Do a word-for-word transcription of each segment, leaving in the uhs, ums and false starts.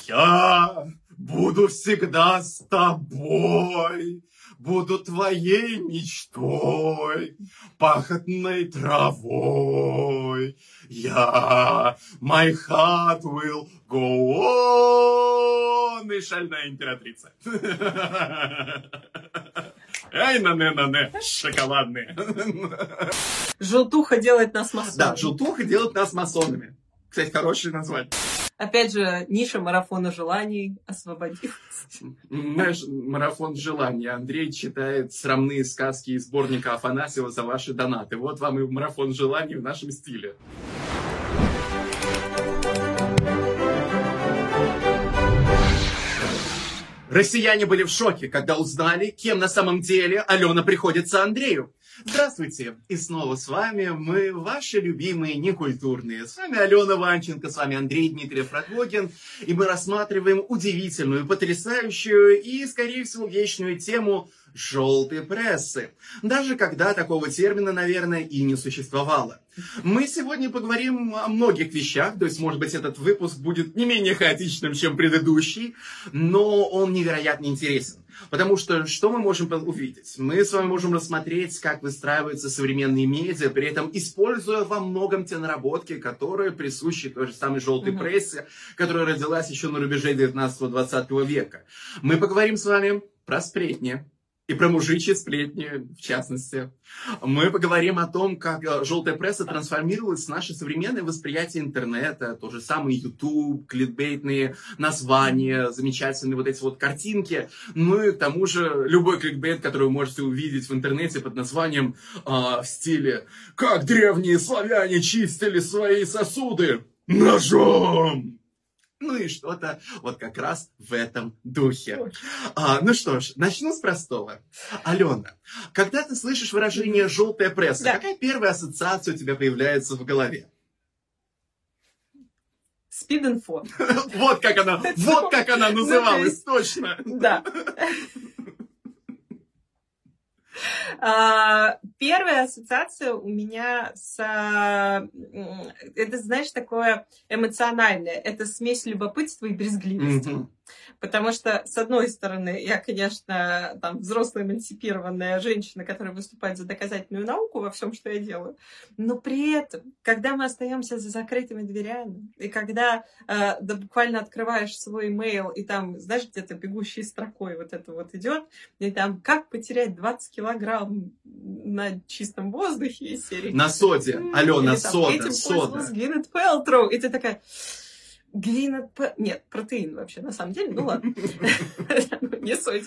Я буду всегда с тобой, буду твоей мечтой, пахотной травой. Я, my heart will go on. И шальная императрица. Ай, на-не-на-не, шоколадные. Желтуха делает нас масонами. Да, желтуха делает нас масонами. Кстати, хорошее название. Опять же, ниша марафона желаний освободилась. Знаешь, марафон желаний. Андрей читает срамные сказки из сборника Афанасьева за ваши донаты. Вот вам и марафон желаний в нашем стиле. Россияне были в шоке, когда узнали, кем на самом деле Алена приходится Андрею. Здравствуйте, и снова с вами мы, ваши любимые некультурные. С вами Алена Ванченко, с вами Андрей Дмитриев Рогогин, и мы рассматриваем удивительную, потрясающую и, скорее всего, вечную тему желтой прессы. Даже когда такого термина, наверное, и не существовало. Мы сегодня поговорим о многих вещах, то есть, может быть, этот выпуск будет не менее хаотичным, чем предыдущий, но он невероятно интересен. Потому что что мы можем увидеть? Мы с вами можем рассмотреть, как выстраиваются современные медиа, при этом используя во многом те наработки, которые присущи той же самой желтой mm-hmm. прессе, которая родилась еще на рубеже девятнадцатого-двадцатого века. Мы поговорим с вами про сплетни. И про мужичьи сплетни, в частности. Мы поговорим о том, как желтая пресса трансформировалась в наше современное восприятие интернета. То же самое YouTube, кликбейтные названия, замечательные вот эти вот картинки. Ну и к тому же любой кликбейт, который вы можете увидеть в интернете под названием а, в стиле «Как древние славяне чистили свои сосуды ножом!» Ну и что-то вот как раз в этом духе. А, ну что ж, начну с простого. Алена, когда ты слышишь выражение «желтая пресса», да. Какая первая ассоциация у тебя появляется в голове? Спид-инфо. Вот как она, вот как она называлась, точно. Да. Первая ассоциация у меня с... Это, знаешь, такое эмоциональное. Это смесь любопытства и брезгливости. Mm-hmm. Потому что, с одной стороны, я, конечно, там, взрослая эмансипированная женщина, которая выступает за доказательную науку во всем, что я делаю. Но при этом, когда мы остаемся за закрытыми дверями, и когда э, да, буквально открываешь свой имейл, и там, знаешь, где-то бегущей строкой вот это вот идет, и там, как потерять двадцать килограмм на чистом воздухе из серии. На соде, Алена, сода, этим сода. Этим Gwyneth Paltrow, и ты такая... Gwyneth Paltrow... Нет, протеин вообще, на самом деле, ну ладно, не суть.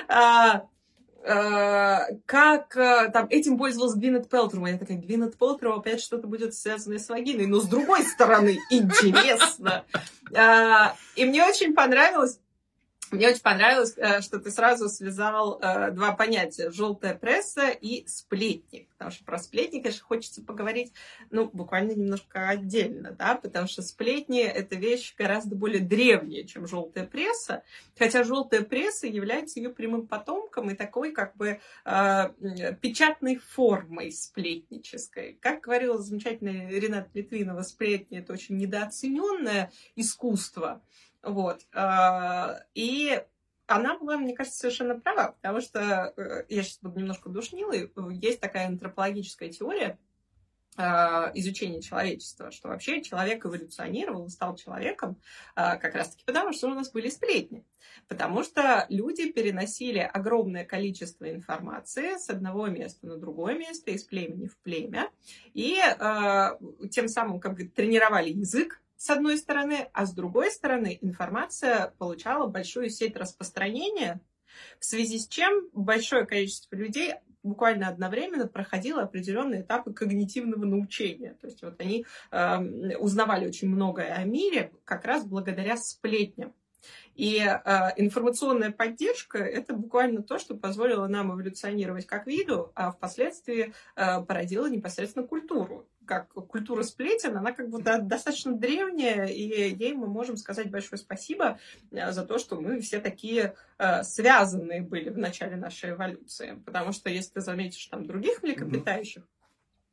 Как там этим пользовалась Gwyneth Paltrow. Я такая, Gwyneth Paltrow опять что-то будет связанное с вагиной, но с другой стороны, интересно. И мне очень понравилось, Мне очень понравилось, что ты сразу связал два понятия: желтая пресса и сплетни. Потому что про сплетни, конечно, хочется поговорить, ну, буквально немножко отдельно, да, потому что сплетни — это вещь гораздо более древняя, чем желтая пресса, хотя желтая пресса является ее прямым потомком и такой, как бы, э, печатной формой сплетнической. Как говорила замечательная Рената Литвинова, сплетни — это очень недооцененное искусство. Вот. И она была, мне кажется, совершенно права, потому что, я сейчас буду немножко душнилой, есть такая антропологическая теория изучения человечества, что вообще человек эволюционировал, стал человеком как раз-таки потому, что у нас были сплетни. Потому что люди переносили огромное количество информации с одного места на другое место, из племени в племя, и тем самым как бы тренировали язык, с одной стороны, а с другой стороны информация получала большую сеть распространения, в связи с чем большое количество людей буквально одновременно проходило определенные этапы когнитивного научения. То есть вот они э, узнавали очень многое о мире как раз благодаря сплетням. И э, информационная поддержка — это буквально то, что позволило нам эволюционировать как виду, а впоследствии э, породило непосредственно культуру. Как культура сплетен, она как бы да, достаточно древняя, и ей мы можем сказать большое спасибо за то, что мы все такие э, связанные были в начале нашей эволюции. Потому что если ты заметишь там других млекопитающих,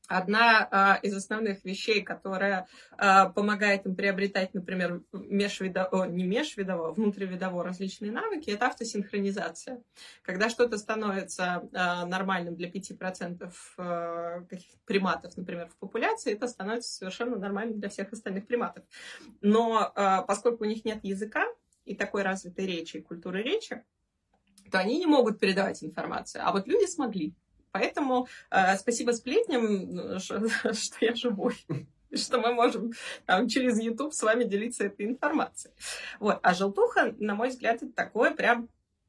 Одна а, из основных вещей, которая а, помогает им приобретать, например, межвидово, не межвидово, а внутривидово различные навыки, это автосинхронизация. Когда что-то становится а, нормальным для пяти процентов а, каких-то приматов, например, в популяции, это становится совершенно нормальным для всех остальных приматов. Но а, поскольку у них нет языка и такой развитой речи, и культуры речи, то они не могут передавать информацию. А вот люди смогли. Поэтому э, спасибо сплетням, что, что я живой, что мы можем там, через YouTube с вами делиться этой информацией. Вот. А желтуха, на мой взгляд, это такое прям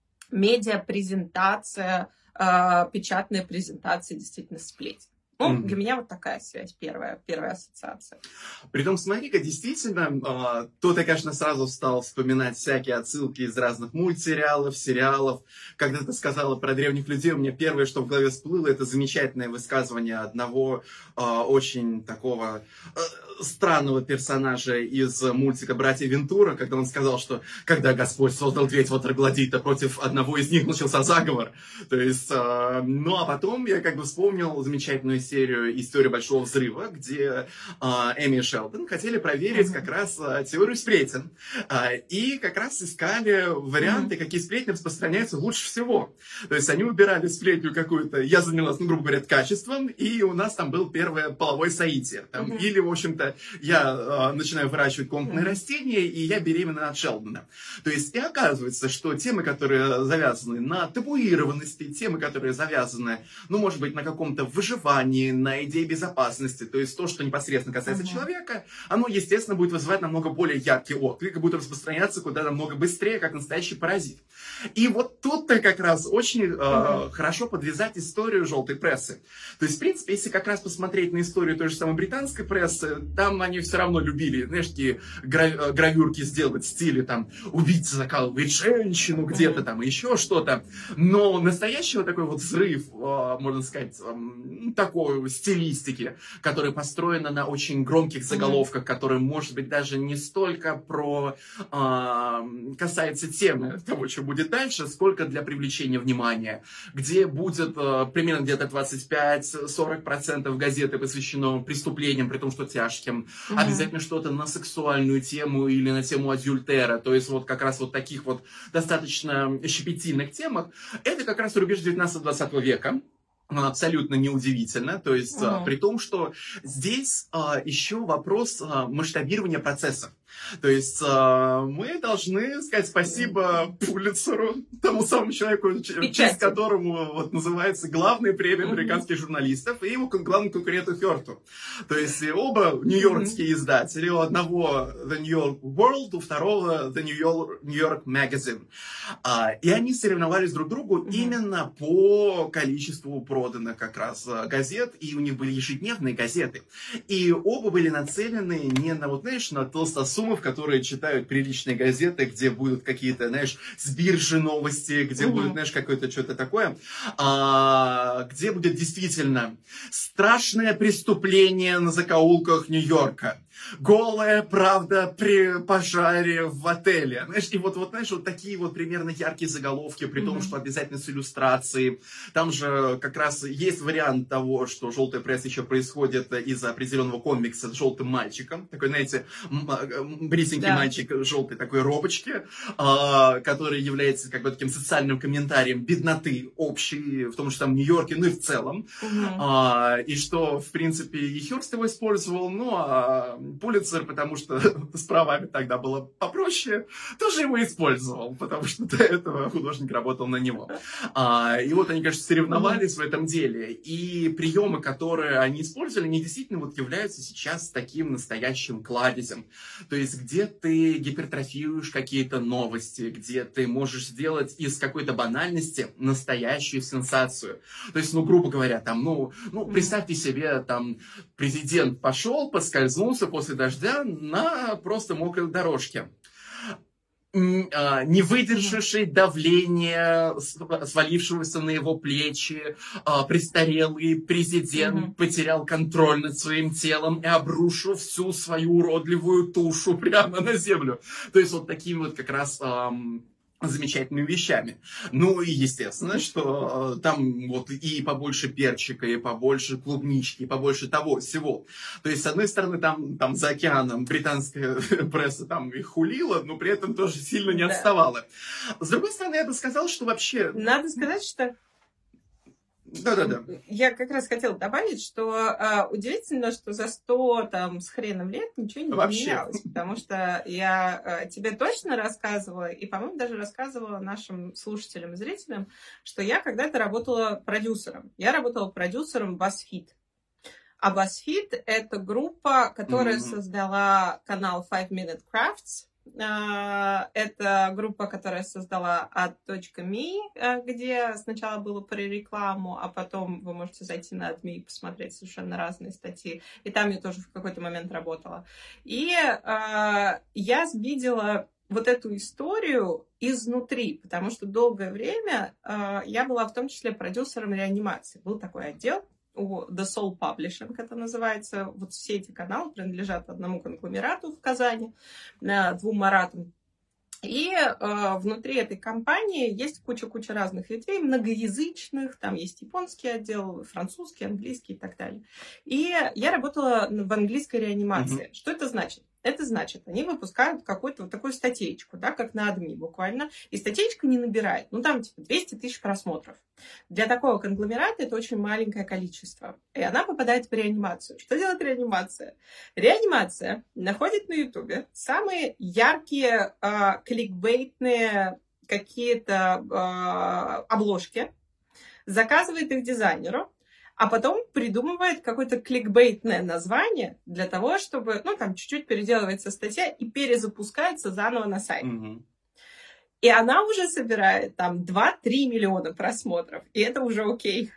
медиа-презентация, э, печатная презентация действительно сплетен. Ну, mm-hmm. для меня вот такая связь, первая, первая ассоциация. Притом, смотри-ка, действительно, э, тут я, конечно, сразу стал вспоминать всякие отсылки из разных мультсериалов, сериалов. Когда ты сказала про древних людей, у меня первое, что в голове всплыло, это замечательное высказывание одного э, очень такого э, странного персонажа из мультика «Братья Вентура», когда он сказал, что когда Господь создал девять троглодита, против одного из них начался заговор. То есть, э, ну, а потом я как бы вспомнил замечательную серию «История большого взрыва», где э, Эми и Шелдон хотели проверить mm-hmm. как раз э, теорию сплетен. Э, и как раз искали варианты, mm-hmm. какие сплетни распространяются лучше всего. То есть они выбирали сплетню какую-то, я занялась, ну, грубо говоря, качеством, и у нас там был первое половое соитие. Там, mm-hmm. Или, в общем-то, я э, начинаю выращивать комнатные mm-hmm. растения, и я беременна от Шелдона. То есть и оказывается, что темы, которые завязаны на табуированности, темы, которые завязаны, ну, может быть, на каком-то выживании, на идее безопасности, то есть то, что непосредственно касается uh-huh. человека, оно, естественно, будет вызывать намного более яркий отклик и будет распространяться куда намного быстрее, как настоящий паразит. И вот тут-то как раз очень uh-huh. э, хорошо подвязать историю желтой прессы. То есть, в принципе, если как раз посмотреть на историю той же самой британской прессы, там они все равно любили, знаешь, такие гра- гравюрки сделать в стиле, там, убийца закалывает женщину где-то, там, еще что-то. Но настоящего такой вот взрыв, э, можно сказать, э, такой стилистики, которая построена на очень громких заголовках, которые, может быть, даже не столько про э, касается темы того, что будет дальше, сколько для привлечения внимания, где будет э, примерно где-то двадцать пять сорок процентов газеты посвящено преступлениям, при том, что тяжким, mm-hmm. обязательно что-то на сексуальную тему или на тему адюльтера, то есть вот как раз вот таких вот достаточно щепетильных темах, это как раз рубеж девятнадцатого-двадцатого века. Абсолютно неудивительно, то есть uh-huh. при том, что здесь а, еще вопрос а, масштабирования процесса. То есть а, мы должны сказать спасибо Пулитцеру, тому самому человеку, в честь которому вот, называется главная премия uh-huh. американских журналистов, и его главному конкуренту Хёрту. То есть оба нью-йоркские uh-huh. издатели, у одного The New York World, у второго The New York, New York Magazine. А, и они соревновались друг другу uh-huh. именно по количеству проданных как раз газет, и у них были ежедневные газеты. И оба были нацелены не на, вот, знаешь, на толстосумов, которые читают приличные газеты, где будут какие-то, знаешь, с биржи новости, где mm-hmm. будет, знаешь, какое-то что-то такое, а, где будет действительно страшное преступление на закоулках Нью-Йорка. Голая правда при пожаре в отеле. Знаешь, и вот, вот, знаешь, вот такие вот примерно яркие заголовки, при том, mm-hmm. что обязательно с иллюстрацией. Там же как раз есть вариант того, что желтая пресса еще происходит из-за определенного комикса с желтым мальчиком. Такой, знаете, брисенький да. мальчик желтой такой робочки, который является как бы таким социальным комментарием бедноты общей, в том, что там в Нью-Йорке, ну и в целом. Mm-hmm. И что, в принципе, и Хёрст его использовал, ну, а Пулитцер, потому что с правами тогда было попроще, тоже его использовал, потому что до этого художник работал на него. А, и вот они, конечно, соревновались mm-hmm. в этом деле. И приемы, которые они использовали, они действительно вот являются сейчас таким настоящим кладезем. То есть, где ты гипертрофируешь какие-то новости, где ты можешь сделать из какой-то банальности настоящую сенсацию. То есть, ну, грубо говоря, там, ну, ну представьте себе, там, президент пошел, поскользнулся после дождя на просто мокрой дорожке. Не выдержавший давления, свалившегося на его плечи, престарелый президент mm-hmm. потерял контроль над своим телом и обрушил всю свою уродливую тушу прямо на землю. То есть вот такими вот как раз... замечательными вещами. Ну и естественно, что э, там вот и побольше перчика, и побольше клубнички, и побольше того всего. То есть, с одной стороны, там, там за океаном британская пресса там их хулила, но при этом тоже сильно не Да. отставала. С другой стороны, я бы сказал, что вообще... Надо сказать, что Да-да-да. я как раз хотела добавить, что а, удивительно, что за сто там с хреном лет ничего не Вообще. поменялось. Потому что я а, тебе точно рассказывала, и, по-моему, даже рассказывала нашим слушателям и зрителям, что я когда-то работала продюсером. Я работала продюсером BuzzFeed. А BuzzFeed — это группа, которая Mm-hmm. создала канал Five Minute Crafts. Это группа, которая создала ад.me, где сначала было про рекламу, а потом вы можете зайти на ад.me и посмотреть совершенно разные статьи. И там я тоже в какой-то момент работала. И э, я видела вот эту историю изнутри, потому что долгое время э, я была в том числе продюсером реанимации. Был такой отдел. У The Soul Publishing это называется. Вот все эти каналы принадлежат одному конгломерату в Казани, двум Маратам. И э, внутри этой компании есть куча-куча разных ветвей, многоязычных. Там есть японский отдел, французский, английский и так далее. И я работала в английской реанимации. Mm-hmm. Что это значит? Это значит, они выпускают какую-то вот такую статейку, да, как на ад.me буквально, и статейка не набирает, ну, там, типа, двести тысяч просмотров. Для такого конгломерата это очень маленькое количество. И она попадает в реанимацию. Что делает реанимация? Реанимация находит на Ютубе самые яркие э, кликбейтные какие-то э, обложки, заказывает их дизайнеру, а потом придумывает какое-то кликбейтное название для того, чтобы, ну, там, чуть-чуть переделывается статья и перезапускается заново на сайт. Mm-hmm. И она уже собирает там два-три миллиона просмотров, и это уже окей.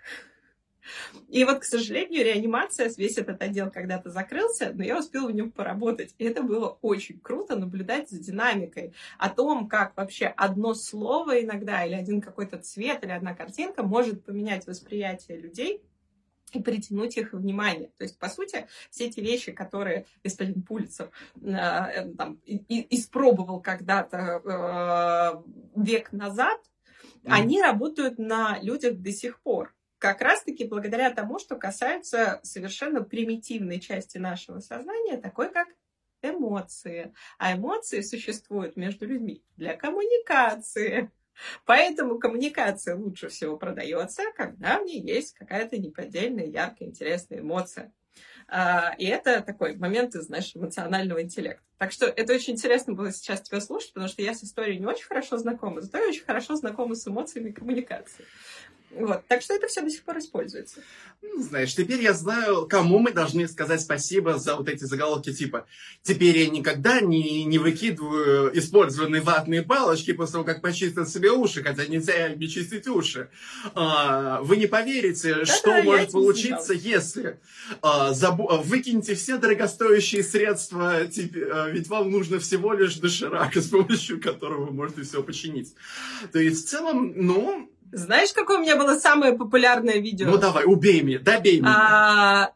И вот, к сожалению, реанимация, весь этот отдел когда-то закрылся, но я успела в нем поработать. И это было очень круто наблюдать за динамикой, о том, как вообще одно слово иногда, или один какой-то цвет, или одна картинка может поменять восприятие людей и притянуть их внимание. То есть, по сути, все эти вещи, которые господин Пулицер э, там, и, и, испробовал когда-то э, век назад, mm. они работают на людях до сих пор. Как раз-таки благодаря тому, что касается совершенно примитивной части нашего сознания, такой как эмоции. А эмоции существуют между людьми для коммуникации. Поэтому коммуникация лучше всего продается, когда в ней есть какая-то неподдельная, яркая, интересная эмоция. И это такой момент из нашего эмоционального интеллекта. Так что это очень интересно было сейчас тебя слушать, потому что я с историей не очень хорошо знакома, зато я очень хорошо знакома с эмоциями и коммуникацией. Вот. Так что это все до сих пор используется. Ну, знаешь, теперь я знаю, кому мы должны сказать спасибо за вот эти заголовки типа «Теперь я никогда не, не выкидываю использованные ватные палочки после того, как почистил себе уши, хотя нельзя не чистить уши». А, вы не поверите, да, что да, может получиться, если а, забу... выкиньте все дорогостоящие средства, типа, ведь вам нужно всего лишь доширак, с помощью которого вы можете все починить. То есть в целом, ну... Знаешь, какое у меня было самое популярное видео? Ну давай, убей меня, добей меня. А,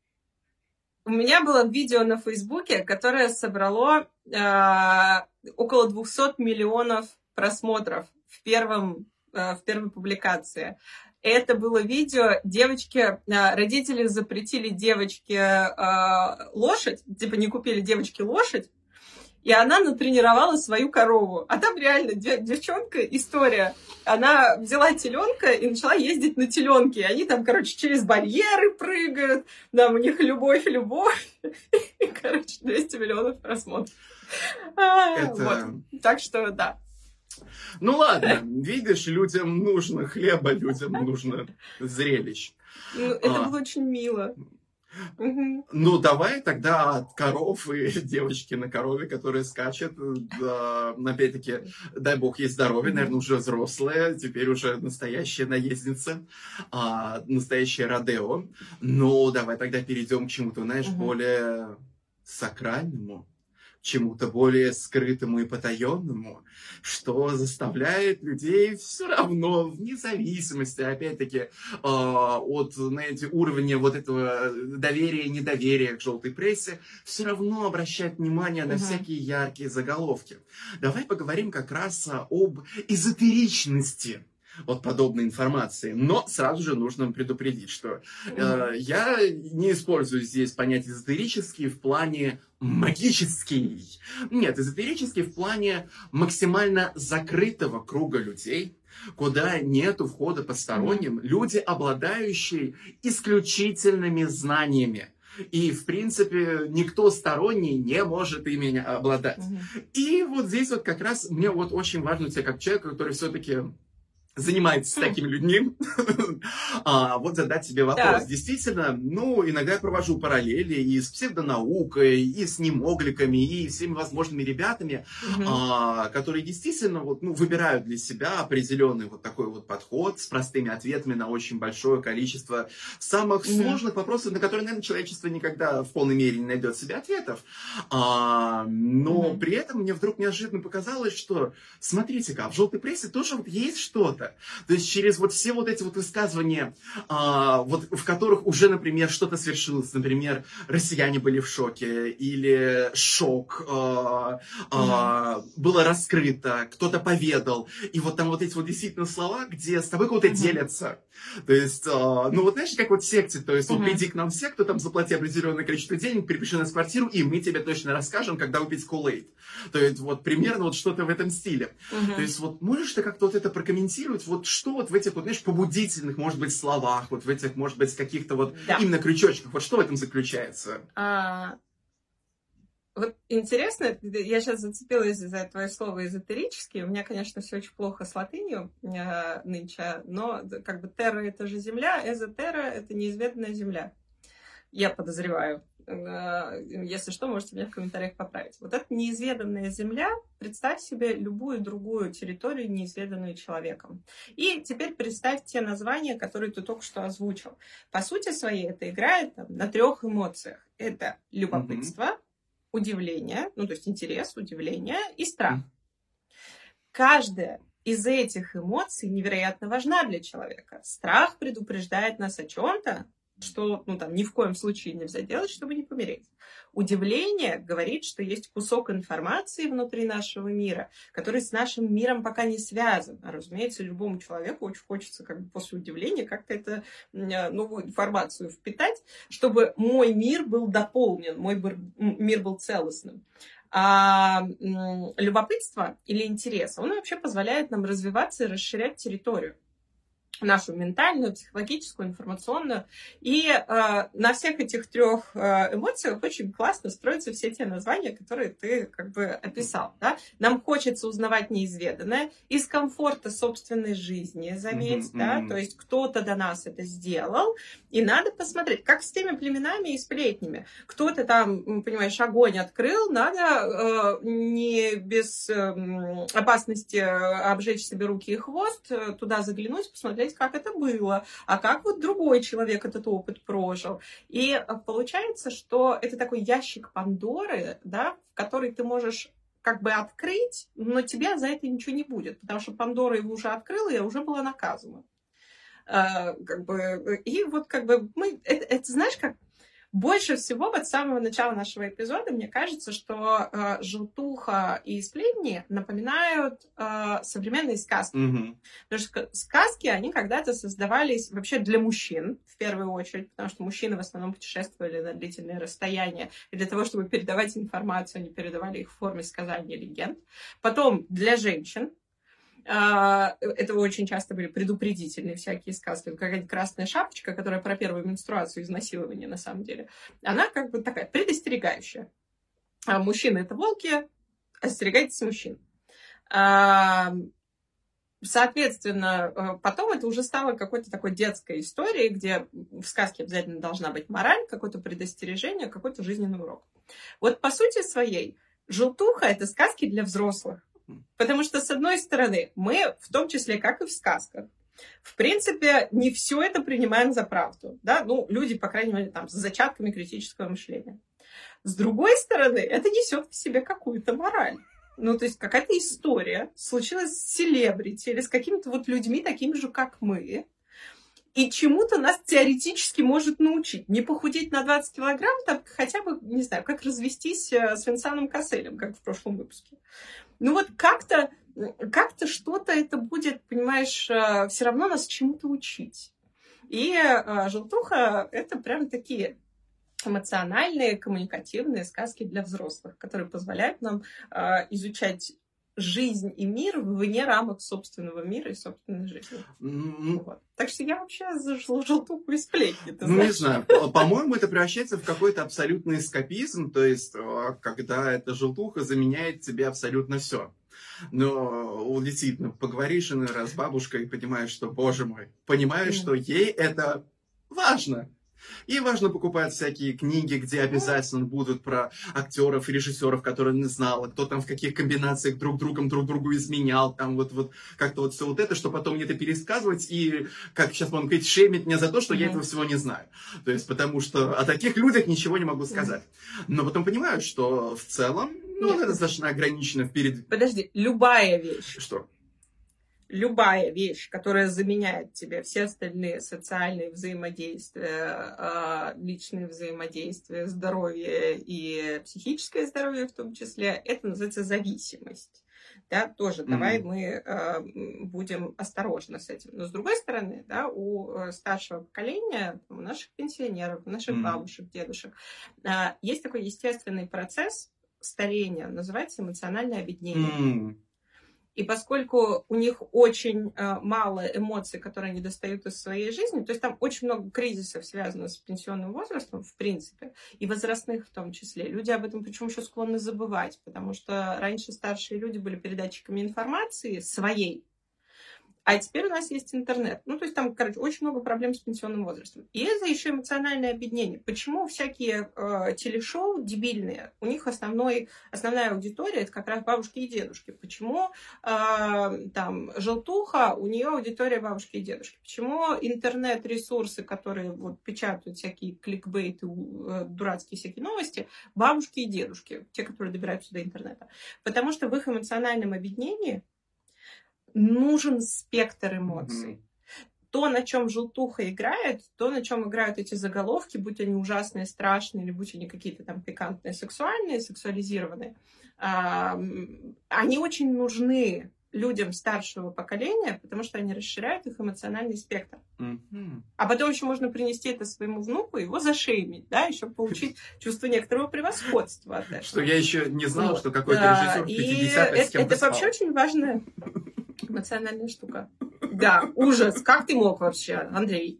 у меня было видео на Фейсбуке, которое собрало а, около двухсот миллионов просмотров в, первом, а, в первой публикации. Это было видео девочки, родители запретили девочке а, лошадь, типа не купили девочке лошадь, и она натренировала свою корову. А там реально девчонка, история. Она взяла теленка и начала ездить на теленке. И они там, короче, через барьеры прыгают. Там у них любовь, любовь. И, короче, двести миллионов просмотров. Это... Вот. Так что, да. Ну ладно, видишь, людям нужно хлеба, людям нужно зрелищ. Ну, это а. было очень мило. Угу. Ну, давай тогда от коров и девочки на корове, которая скачет, да, опять-таки, дай бог ей здоровья, наверное, уже взрослая, теперь уже настоящая наездница, а, настоящее родео. Ну, давай тогда перейдем к чему-то, знаешь, угу. более сакральному, чему-то более скрытому и потаенному, что заставляет людей все равно, вне зависимости, опять-таки, э, от, знаете, уровня вот этого доверия и недоверия к желтой прессе, все равно обращать внимание на uh-huh. всякие яркие заголовки. Давай поговорим как раз об эзотеричности от подобной информации. Но сразу же нужно предупредить, что э, я не использую здесь понятие эзотерический в плане магический. Нет, эзотерический в плане максимально закрытого круга людей, куда нету входа посторонним, mm-hmm. люди, обладающие исключительными знаниями. И, в принципе, никто сторонний не может ими обладать. Mm-hmm. И вот здесь вот как раз мне вот очень важно тебе, как человек, который все-таки занимается с такими людьми, а, вот задать себе вопрос. Да. Действительно, ну, иногда я провожу параллели и с псевдонаукой, и с немогликами, и всеми возможными ребятами, угу. а, которые действительно вот, ну, выбирают для себя определенный вот такой вот подход с простыми ответами на очень большое количество самых угу. сложных вопросов, на которые, наверное, человечество никогда в полной мере не найдет себе ответов. А, но угу. при этом мне вдруг неожиданно показалось, что, смотрите-ка, в желтой прессе тоже вот есть что-то. То есть через вот все вот эти вот высказывания, а, вот, в которых уже, например, что-то свершилось, например, россияне были в шоке, или шок, а, а, mm-hmm. было раскрыто, кто-то поведал, и вот там вот эти вот действительно слова, где с тобой кого-то mm-hmm. делятся. То есть, а, ну вот знаешь, как вот в секте, то есть mm-hmm. вот приди к нам в секту, там заплати определенное количество денег, перепиши нас в квартиру, и мы тебе точно расскажем, когда выпить Kool-Aid. То есть вот примерно вот что-то в этом стиле. Mm-hmm. То есть вот можешь ты как-то вот это прокомментировать? Вот что вот в этих вот, знаешь, побудительных, может быть, словах, вот в этих, может быть, каких-то вот да. именно крючочках, вот что в этом заключается? А, вот интересно, я сейчас зацепилась за твое слово эзотерический, у меня, конечно, все очень плохо с латынью э, нынче, но как бы терра — это же земля, эзотерра — это неизведанная земля, я подозреваю. Если что, можете меня в комментариях поправить. Вот эта неизведанная земля, представь себе любую другую территорию, неизведанную человеком. И теперь представь те названия, которые ты только что озвучил. По сути своей это играет там, на трех эмоциях. Это любопытство, mm-hmm. удивление, ну то есть интерес, удивление и страх. Mm-hmm. Каждая из этих эмоций невероятно важна для человека. Страх предупреждает нас о чем-то, что, ну, там, ни в коем случае нельзя делать, чтобы не помереть. Удивление говорит, что есть кусок информации внутри нашего мира, который с нашим миром пока не связан. А, разумеется, любому человеку очень хочется как бы после удивления как-то эту новую информацию впитать, чтобы мой мир был дополнен, мой мир был целостным. А любопытство или интерес, он вообще позволяет нам развиваться и расширять территорию. Нашу ментальную, психологическую, информационную. И э, на всех этих трех э, эмоциях очень классно строятся все те названия, которые ты как бы описал. Да? Нам хочется узнавать неизведанное из комфорта собственной жизни, заметь. Mm-hmm, да? Mm-hmm. То есть кто-то до нас это сделал, и надо посмотреть, как с теми племенами и сплетнями. Кто-то там, понимаешь, огонь открыл, надо э, не без э, опасности обжечь себе руки и хвост, э, туда заглянуть, посмотреть, как это было, а как вот другой человек этот опыт прожил. И получается, что это такой ящик Пандоры, да, в который ты можешь как бы открыть, но тебе за это ничего не будет, потому что Пандора его уже открыла и уже была наказана. А, как бы, и вот как бы мы, это, это знаешь, как больше всего вот с самого начала нашего эпизода мне кажется, что э, желтуха и сплетни напоминают э, современные сказки. Mm-hmm. Потому что сказки, они когда-то создавались вообще для мужчин, в первую очередь, потому что мужчины в основном путешествовали на длительные расстояния, и для того, чтобы передавать информацию, они передавали их в форме сказаний и легенд. Потом для женщин. Это очень часто были предупредительные всякие сказки. Какая-нибудь красная шапочка, которая про первую менструацию, изнасилование на самом деле. Она как бы такая предостерегающая. А мужчины — это волки, остерегайтесь мужчин. Соответственно, потом это уже стало какой-то такой детской историей, где в сказке обязательно должна быть мораль, какое-то предостережение, какой-то жизненный урок. Вот по сути своей желтуха — это сказки для взрослых. Потому что, с одной стороны, мы, в том числе, как и в сказках, в принципе, не все это принимаем за правду. Да? Ну, люди, по крайней мере, там, с зачатками критического мышления. С другой стороны, это несет в себе какую-то мораль. Ну, то есть какая-то история случилась с селебрити или с какими-то вот людьми, такими же, как мы, и чему-то нас теоретически может научить. Не похудеть на двадцать килограмм, там хотя бы, не знаю, как развестись с Венсаном Касселем, как в прошлом выпуске. Ну вот как-то, как-то что-то это будет, понимаешь, все равно нас чему-то учить. И «Желтуха» — это прям такие эмоциональные, коммуникативные сказки для взрослых, которые позволяют нам изучать жизнь и мир вне рамок собственного мира и собственной жизни. Mm-hmm. Вот. Так что я вообще за «Желтуху» и сплетни. Ты ну, знаешь? не знаю. По-моему, это превращается в какой-то абсолютный эскапизм, то есть, когда эта «Желтуха» заменяет тебе абсолютно все. Но действительно, поговоришь иной раз с бабушкой и понимаешь, что, боже мой, понимаешь, mm-hmm. что ей это важно. И важно покупать всякие книги, где обязательно будут про актеров и режиссеров, которые не знала, кто там в каких комбинациях друг другом друг другу изменял, там вот, вот как-то вот все вот это, что потом мне это пересказывать и, как сейчас можно говорить, шеймить меня за то, что mm-hmm. я этого всего не знаю. То есть, потому что о таких людях ничего не могу сказать. Но потом понимаю, что в целом, ну, это достаточно ограничено впереди. Подожди, любая вещь. Что? Любая вещь, которая заменяет тебе все остальные социальные взаимодействия, личные взаимодействия, здоровье и психическое здоровье в том числе, это называется зависимость. Да, тоже mm-hmm. давай мы будем осторожны с этим. Но с другой стороны, да, у старшего поколения, у наших пенсионеров, у наших mm-hmm. бабушек, дедушек, есть такой естественный процесс старения, называется эмоциональное обеднение. Mm-hmm. И поскольку у них очень э, мало эмоций, которые они достают из своей жизни, то есть там очень много кризисов, связанных с пенсионным возрастом, в принципе, и возрастных в том числе. Люди об этом причем еще склонны забывать, потому что раньше старшие люди были передатчиками информации своей, а теперь у нас есть интернет. Ну, то есть там, короче, очень много проблем с пенсионным возрастом. И это еще эмоциональное обеднение. Почему всякие э, телешоу дебильные, у них основной, основная аудитория — это как раз бабушки и дедушки. Почему э, там «Желтуха», у нее аудитория бабушки и дедушки? Почему интернет-ресурсы, которые вот, печатают всякие кликбейты, э, дурацкие всякие новости, бабушки и дедушки, те, которые добираются до интернета? Потому что в их эмоциональном обеднении нужен спектр эмоций. Mm-hmm. То, на чем «Желтуха» играет, то, на чем играют эти заголовки, будь они ужасные, страшные, или будь они какие-то там пикантные, сексуальные, сексуализированные, а, они очень нужны людям старшего поколения, потому что они расширяют их эмоциональный спектр. Mm-hmm. А потом еще можно принести это своему внуку, его зашеймить, да, еще получить чувство некоторого превосходства от этого. Что я еще не знала, вот. Что какой-то режиссер в пятидесятых с кем-то это вообще очень важная эмоциональная штука. Да, ужас. Как ты мог вообще, Андрей?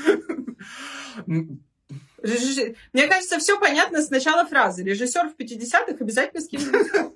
Режиссер... Мне кажется, все понятно с начала фразы. Режиссер в пятидесятых обязательно с кем-то.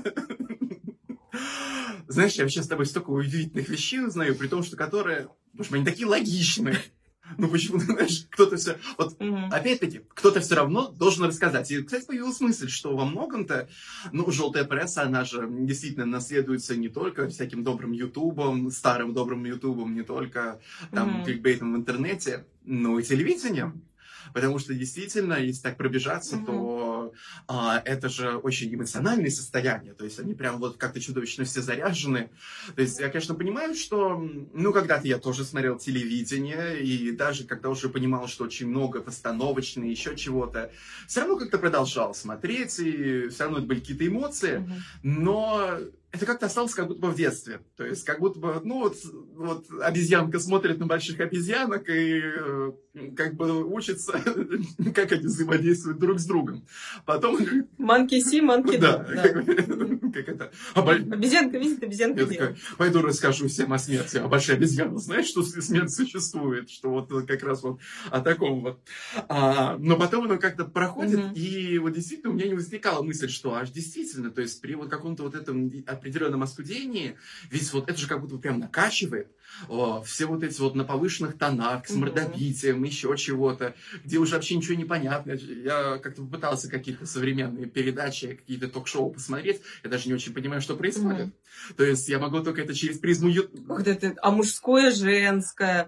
Знаешь, я вообще с тобой столько удивительных вещей узнаю, при том, что которые, потому что они такие логичные. Ну почему, знаешь, кто-то все... Вот, mm-hmm. опять-таки, кто-то все равно должен рассказать. И, кстати, появилась мысль, что во многом-то, ну, желтая пресса, она же действительно наследуется не только всяким добрым ютубом, старым добрым ютубом, не только там mm-hmm. кликбейтом в интернете, но и телевидением. Потому что действительно, если так пробежаться, mm-hmm. то а, это же очень эмоциональные состояния. То есть они прям вот как-то чудовищно все заряжены. То есть я, конечно, понимаю, что, ну, когда-то я тоже смотрел телевидение, и даже когда уже понимал, что очень много постановочного, еще чего-то, все равно как-то продолжал смотреть, и все равно это были какие-то эмоции. Mm-hmm. Но это как-то осталось как будто бы в детстве. То есть как будто бы, ну, вот, вот обезьянка смотрит на больших обезьянок и э, как бы учится, как они взаимодействуют друг с другом. Потом... Monkey see, monkey do. Да, как это... Обезьянка видит, обезьянка делает. Пойду расскажу всем о смерти. А большая обезьяна, знаешь, что смерть существует? Что вот как раз вот о таком вот. Но потом оно как-то проходит, и вот действительно у меня не возникала мысль, что аж действительно, то есть при вот каком-то вот этом определенном остудении, ведь вот это же как будто прям накачивает. О, все вот эти вот на повышенных тонах, с мордобитием, mm-hmm. еще чего-то, где уже вообще ничего не понятно. Я как-то попытался какие-то современные передачи, какие-то ток-шоу посмотреть, я даже не очень понимаю, что происходит. Mm-hmm. То есть я могу только это через призму... Ох, да ты, а мужское, женское...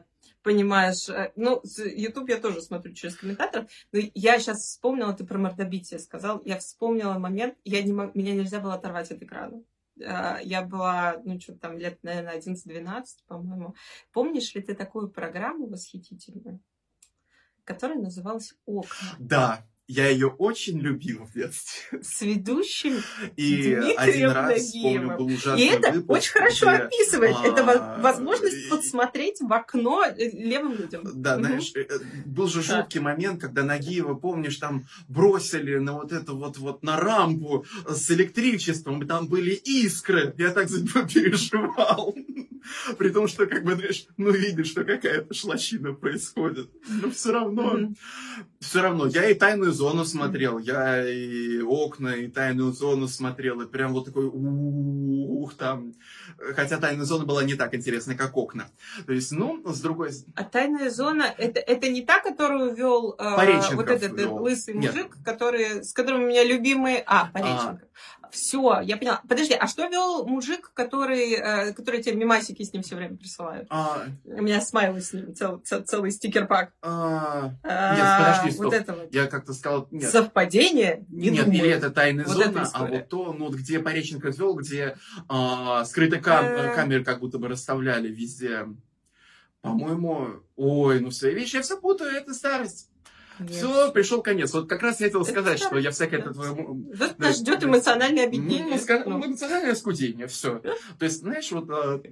Понимаешь, ну, YouTube я тоже смотрю через комментаторов, но я сейчас вспомнила, ты про мордобитие сказал, я вспомнила момент, я не мог, меня нельзя было оторвать от экрана. Я была, ну, что-то там лет, наверное, одиннадцать-двенадцать, по-моему. Помнишь ли ты такую программу восхитительную, которая называлась «Окна»? Да. Я ее очень любил в детстве. С ведущим и Дмитрием один раз, Нагиевым. помню, был ужасный И это выпуск, очень хорошо где, описывает. а, Это возможность подсмотреть в окно левым людям. Да, угу. Знаешь, был же жуткий да. момент, когда Нагиева, помнишь, там бросили на вот это вот, вот на рампу с электричеством, и там были искры. Я так за него переживал. При том, что, как бы, знаешь, ну, видишь, что какая-то шлачина происходит. Но все равно, mm-hmm. все равно. Я и «Тайную зону» смотрел, mm-hmm. я и «Окна», и «Тайную зону» смотрел, и прям вот такой ух там. Хотя «Тайная зона» была не так интересна, как «Окна». То есть, ну, с другой... А «Тайная зона» это, это не та, которую вел э, вот этот вел. лысый Нет. мужик, который, с которым у меня любимые... А, Пореченков. А. Все, я поняла. Подожди, а что вел мужик, который, э, который тебе мемасики с ним все время присылают? А... У меня смайлы с ним, цел, цел, целый стикер-пак. А... А... Нет, подожди, стоп. Вот это вот. Я как-то сказал... Нет. Совпадение? Не Нет, думаю. или это «Тайная вот зона», а вот то, ну, вот где Пореченков вел, где а, скрытые кам... а... камеры как будто бы расставляли везде. По-моему... Ой, ну все, видишь, я все путаю, это старость. Нет. Все, пришел конец. Вот как раз я хотел сказать, это что я всякое это твое... Вот нас ждет эмоциональное объединение. Ну, эмоциональное скудение, все. То есть, знаешь, вот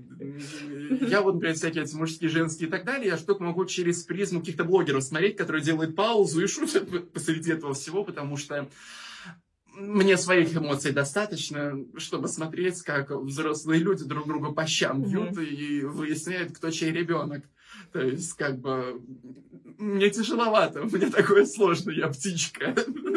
я вот, например, всякие эти мужские, женские и так далее, я только могу через призму каких-то блогеров смотреть, которые делают паузу и шутят посреди этого всего, потому что мне своих эмоций достаточно, чтобы смотреть, как взрослые люди друг друга по щам бьют mm-hmm. и выясняют, кто чей ребенок. То есть, как бы, мне тяжеловато, мне такое сложно, я птичка.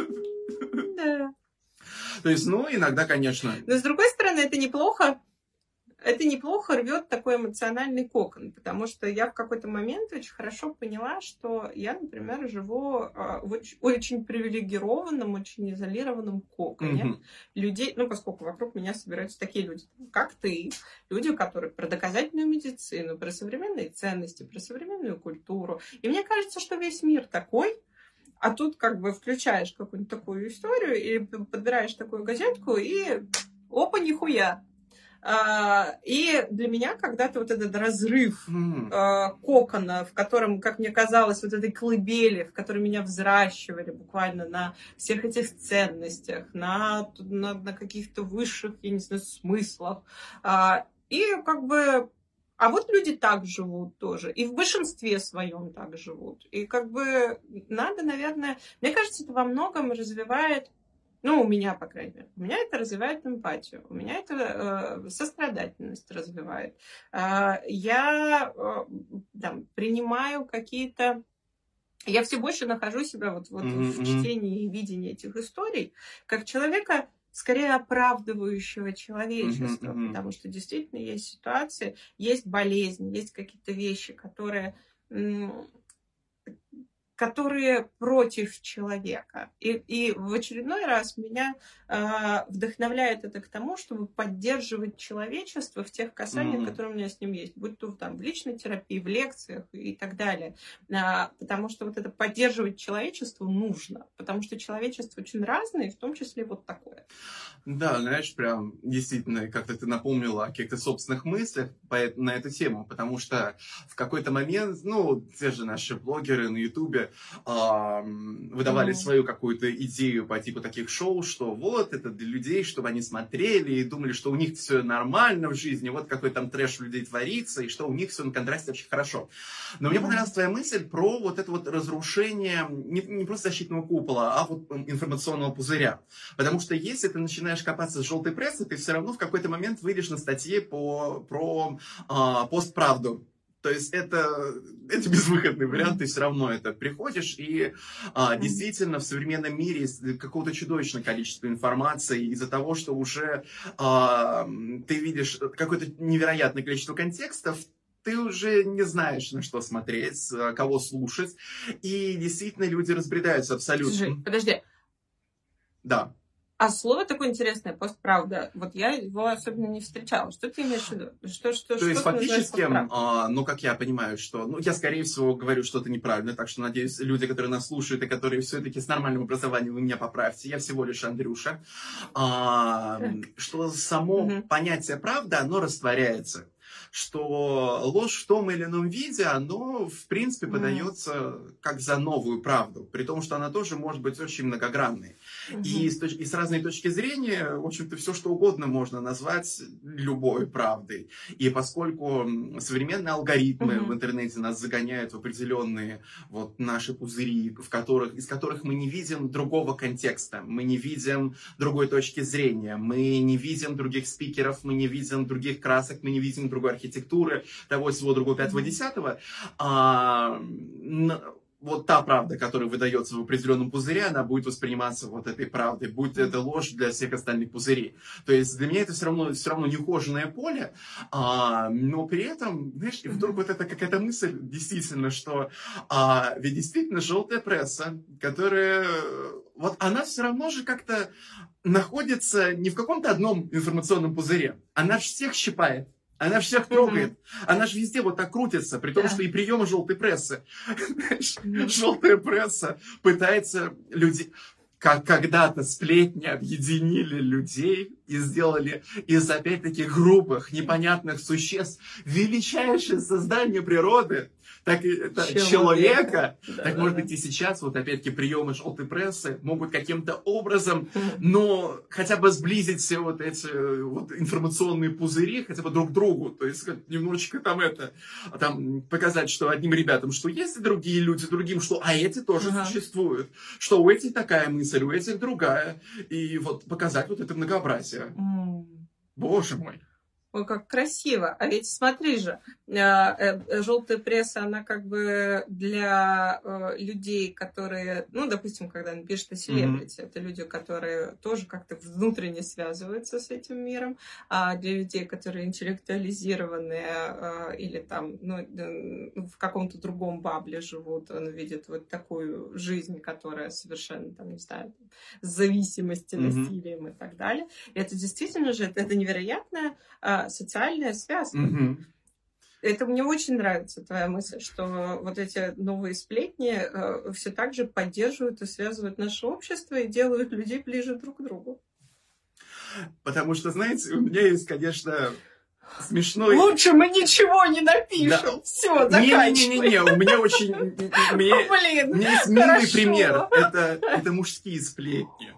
Да. То есть, ну, иногда, конечно. Но, с другой стороны, это неплохо. Это неплохо рвет такой эмоциональный кокон, потому что я в какой-то момент очень хорошо поняла, что я, например, живу в очень, очень привилегированном, очень изолированном коконе mm-hmm. людей, ну, поскольку вокруг меня собираются такие люди, как ты, люди, которые про доказательную медицину, про современные ценности, про современную культуру. И мне кажется, что весь мир такой, а тут как бы включаешь какую-нибудь такую историю или подбираешь такую газетку и опа, нихуя. И для меня когда-то вот этот разрыв mm. кокона, в котором, как мне казалось, вот этой колыбели, в которой меня взращивали буквально на всех этих ценностях, на, на, на каких-то высших, я не знаю, смыслах. И как бы... А вот люди так живут тоже. И в большинстве своем так живут. И как бы надо, наверное... Мне кажется, это во многом развивает... Ну, у меня, по крайней мере. У меня это развивает эмпатию. У меня это э, сострадательность развивает. Э, я э, там, принимаю какие-то... Я все больше нахожу себя вот, вот mm-hmm. в чтении и видении этих историй как человека, скорее оправдывающего человечество. Mm-hmm. Потому что действительно есть ситуации, есть болезни, есть какие-то вещи, которые... М- которые против человека. И, и в очередной раз меня э, вдохновляет это к тому, чтобы поддерживать человечество в тех касаниях, mm-hmm. которые у меня с ним есть. Будь то там, в личной терапии, в лекциях и так далее. А, потому что вот это поддерживать человечество нужно. Потому что человечество очень разное, в том числе вот такое. Да, знаешь, прям действительно, как-то ты напомнила о каких-то собственных мыслях на эту тему. Потому что в какой-то момент, ну, те же наши блогеры на Ютубе выдавали mm-hmm. свою какую-то идею по типу таких шоу, что вот это для людей, чтобы они смотрели и думали, что у них все нормально в жизни, вот какой там трэш у людей творится, и что у них все на контрасте очень хорошо. Но mm-hmm. мне понравилась твоя мысль про вот это вот разрушение не, не просто защитного купола, а вот информационного пузыря. Потому что если ты начинаешь копаться с желтой прессой, ты все равно в какой-то момент выйдешь на статье по, про а, постправду. То есть это, это безвыходный вариант, ты все равно это приходишь, и а, действительно в современном мире есть какое-то чудовищное количество информации из-за того, что уже а, ты видишь какое-то невероятное количество контекстов, ты уже не знаешь, на что смотреть, кого слушать, и действительно люди разбредаются абсолютно. Слушай, подожди. Да. А слово такое интересное, постправда. Вот я его особенно не встречала. Что ты имеешь в виду? Что, что, То что есть фактически, а, ну, как я понимаю, что... Ну, я, скорее всего, говорю что-то неправильно, так что, надеюсь, люди, которые нас слушают и которые все-таки с нормальным образованием, вы меня поправьте. Я всего лишь Андрюша. А, что само угу. понятие правда, оно растворяется. Что ложь в том или ином виде, оно, в принципе, mm. подается как за новую правду. При том, что она тоже может быть очень многогранной. Mm-hmm. И, с точ- и с разной точки зрения, в общем-то, все что угодно можно назвать любой правдой. И поскольку современные алгоритмы mm-hmm. в интернете нас загоняют в определенные вот наши пузыри, в которых, из которых мы не видим другого контекста, мы не видим другой точки зрения, мы не видим других спикеров, мы не видим других красок, мы не видим другой архитектуры, того, всего другого, пятого, десятого, а, вот та правда, которая выдается в определенном пузыре, она будет восприниматься вот этой правдой, будь это ложь для всех остальных пузырей. То есть для меня это все равно, все равно неухоженное поле, а, но при этом, знаешь, и вдруг вот это какая-то мысль, действительно, что а, ведь действительно желтая пресса, которая, вот она все равно же как-то находится не в каком-то одном информационном пузыре, она всех щипает. Она всех трогает. Mm-hmm. Она же везде вот так крутится, при том, yeah. что и приемы желтой прессы. Mm-hmm. Желтая пресса пытается люди... Как когда-то сплетни объединили людей и сделали из опять-таки грубых, непонятных существ величайшее создание природы, так и это, человека, человека да, так да, может да. быть и сейчас вот опять-таки приемы желтой прессы могут каким-то образом, но хотя бы сблизить все вот эти вот информационные пузыри хотя бы друг к другу, то есть немножечко там это, там показать, что одним ребятам, что есть и другие люди, другим, что а эти тоже ага. существуют, что у этих такая мысль, у этих другая, и вот показать вот это многообразие. Mm. Боже мой. Ой, как красиво. А ведь смотри же, желтая пресса, она как бы для людей, которые, ну, допустим, когда он пишет о селебрити, mm-hmm. это люди, которые тоже как-то внутренне связываются с этим миром, а для людей, которые интеллектуализированные или там, ну, в каком-то другом бабле живут, он видит вот такую жизнь, которая совершенно, там, не знаю, зависимости, mm-hmm. насилием и так далее. И это действительно же, это, это невероятная социальная связка. Mm-hmm. Это мне очень нравится, твоя мысль, что вот эти новые сплетни э, все так же поддерживают и связывают наше общество и делают людей ближе друг к другу. Потому что, знаете, у меня есть, конечно, смешной... Лучше мы ничего не напишем. Да. Все, заканчивай. Не-не-не, у меня очень... У меня есть милый пример. Это мужские сплетни.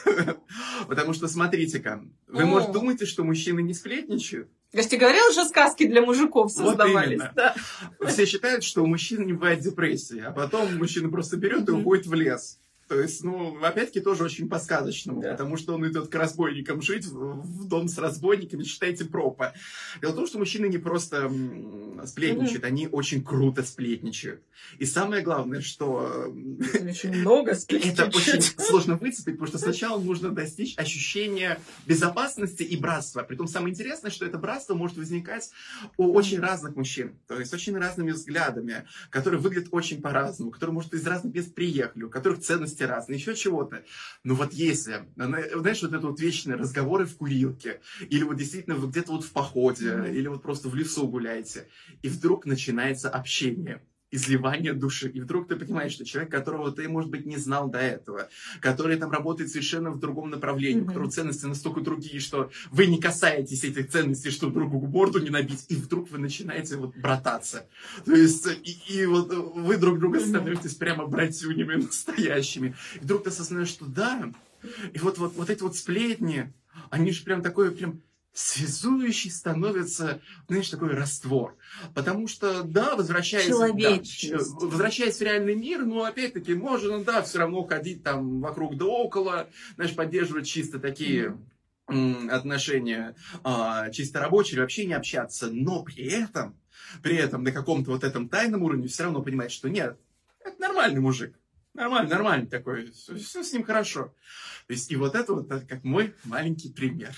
Потому что, смотрите-ка, вы, может, думаете, что мужчины не сплетничают? Я же тебе говорила, что сказки для мужиков создавались. Вот да. Все считают, что у мужчин не бывает депрессии, а потом мужчина просто берет и уходит в лес. То есть, ну, опять-таки, тоже очень по-сказочному, да. Потому что он идет к разбойникам жить, в дом с разбойниками, считайте, пропа. Дело в том, что мужчины не просто сплетничают, mm-hmm. они очень круто сплетничают. И самое главное, что... Очень много сплетничают. Это очень сложно выцепить, потому что сначала нужно достичь ощущения безопасности и братства. Притом самое интересное, что это братство может возникать у очень разных мужчин, то есть очень разными взглядами, которые выглядят очень по-разному, которые, может, из разных мест приехали, у которых ценности разные, еще чего-то. Но вот если, знаешь, вот это вот вечные разговоры в курилке, или вот действительно вы где-то вот в походе, mm-hmm. или вот просто в лесу гуляете, и вдруг начинается общение, изливание души, и вдруг ты понимаешь, что человек, которого ты, может быть, не знал до этого, который там работает совершенно в другом направлении, mm-hmm. у которого ценности настолько другие, что вы не касаетесь этих ценностей, чтобы друг другу морду не набить, и вдруг вы начинаете вот брататься. То есть, и, и вот вы друг друга становитесь mm-hmm. прямо братюнями настоящими. И вдруг ты осознаешь, что да, и вот, вот, вот эти вот сплетни, они же прям такое, прям связующий становится, знаешь, такой раствор. Потому что, да, возвращаясь, да, возвращаясь в реальный мир, ну, опять-таки, можно, да, все равно ходить там вокруг да около, знаешь, поддерживать чисто такие mm-hmm. отношения, а, чисто рабочие, вообще не общаться, но при этом, при этом на каком-то вот этом тайном уровне все равно понимать, что нет, это нормальный мужик. Нормальный, нормальный такой, все, все с ним хорошо. То есть, и вот это вот как мой маленький пример.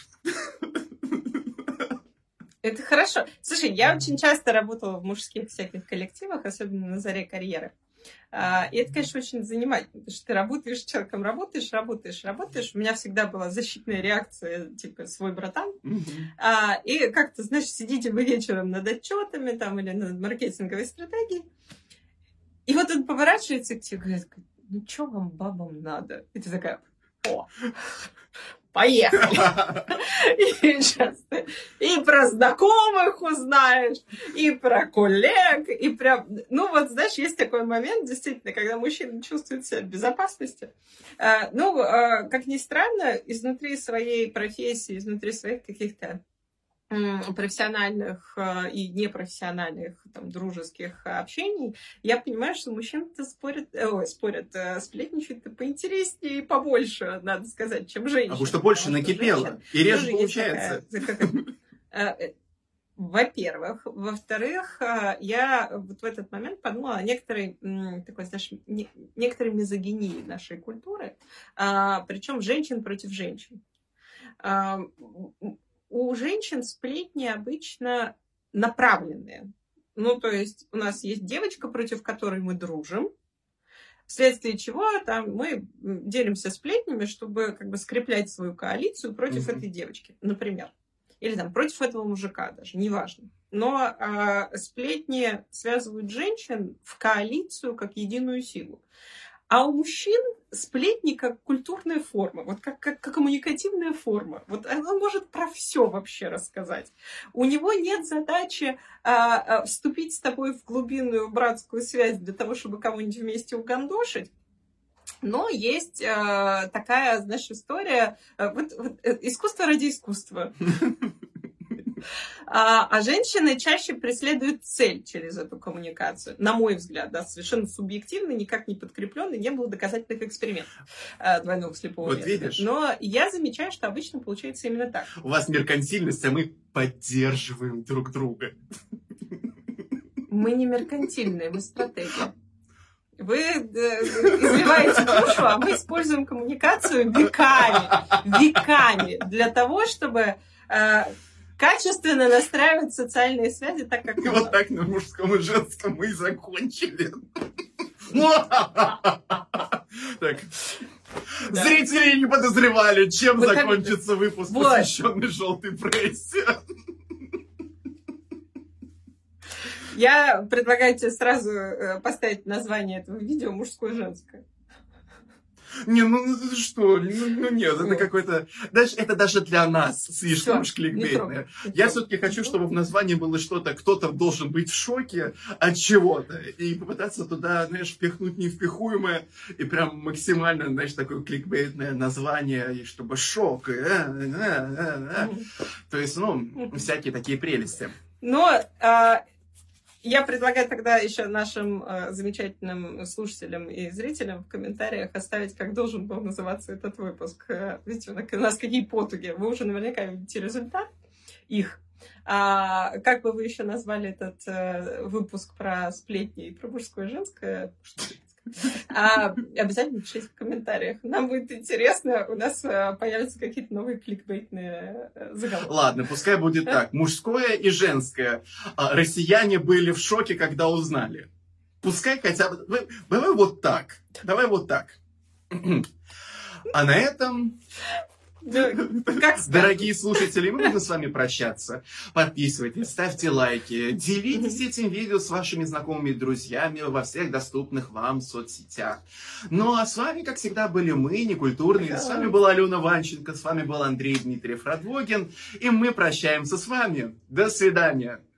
Это хорошо. Слушай, я очень часто работала в мужских всяких коллективах, особенно на заре карьеры. И это, конечно, очень занимательно, потому что ты работаешь с человеком, работаешь, работаешь, работаешь. У меня всегда была защитная реакция, типа, свой братан. Mm-hmm. И как-то, знаешь, сидите вы вечером над отчетами там, или над маркетинговой стратегией. И вот он поворачивается к тебе и говорит, ну, что вам, бабам, надо? И ты такая, о, поехали. И сейчас ты и про знакомых узнаешь, и про коллег, и прям... Ну, вот, знаешь, есть такой момент, действительно, когда мужчина чувствует себя в безопасности. Ну, как ни странно, изнутри своей профессии, изнутри своих каких-то профессиональных и непрофессиональных, там, дружеских общений, я понимаю, что мужчины-то спорят, ой, спорят, сплетничают-то поинтереснее и побольше, надо сказать, чем женщины. А потому что больше накипело, и реже получается. Такая, во-первых. Во-вторых, я вот в этот момент подумала о некоторой, такой, знаешь, некоторой мизогинии нашей культуры, причем женщин против женщин. У женщин сплетни обычно направленные. Ну, то есть у нас есть девочка, против которой мы дружим, вследствие чего там мы делимся сплетнями, чтобы как бы скреплять свою коалицию против mm-hmm. этой девочки, например. Или там против этого мужика даже, неважно. Но э, сплетни связывают женщин в коалицию как единую силу. А у мужчин сплетни как культурная форма, вот как, как, как коммуникативная форма. Вот он может про все вообще рассказать. У него нет задачи а, а, вступить с тобой в глубинную братскую связь для того, чтобы кого-нибудь вместе угандошить. Но есть а, такая, знаешь, история, а, вот, вот, искусство ради искусства. А, а женщины чаще преследуют цель через эту коммуникацию. На мой взгляд, да, совершенно субъективно, никак не подкрепленный, не было доказательных экспериментов а, двойного слепого вот метода. Видишь? Но я замечаю, что обычно получается именно так. У вас меркантильность, а мы поддерживаем друг друга. Мы не меркантильные, мы стратеги. Вы изливаете душу, а мы используем коммуникацию веками, веками для того, чтобы качественно настраивать социальные связи так, как надо. Вот так на мужском и женском мы и закончили. Так. Зрители не подозревали, чем закончится выпуск, посвященный желтой прессе. Я предлагаю тебе сразу поставить название этого видео «Мужское и женское». Не, ну, ну что, ну, ну нет, это какой-то... Даже, это даже для нас слишком уж кликбейтное. Я все-таки хочу, чтобы в названии было что-то, кто-то должен быть в шоке от чего-то, и попытаться туда, знаешь, впихнуть невпихуемое, и прям максимально, знаешь, такое кликбейтное название, и чтобы шок, и, а, а, а, а. То есть, ну, всякие такие прелести. Но... А... Я предлагаю тогда еще нашим э, замечательным слушателям и зрителям в комментариях оставить, как должен был называться этот выпуск. Э, видите, у нас какие потуги. Вы уже наверняка видите результат их. А как бы вы еще назвали этот э, выпуск про сплетни и про мужское и женское? А, обязательно пишите в комментариях. Нам будет интересно, у нас а, появятся какие-то новые кликбейтные а, заголовки. Ладно, пускай будет так. Мужское и женское. А, россияне были в шоке, когда узнали. Пускай хотя бы... Давай вот так. Давай вот так. А на этом... Да, как дорогие слушатели, мы будем с вами прощаться. Подписывайтесь, ставьте лайки, делитесь этим видео с вашими знакомыми и друзьями во всех доступных вам соцсетях. Ну а с вами, как всегда, были мы, Некультурные. С вами была Алена Ванченко, с вами был Андрей Дмитриев Радвогин. И мы прощаемся с вами. До свидания.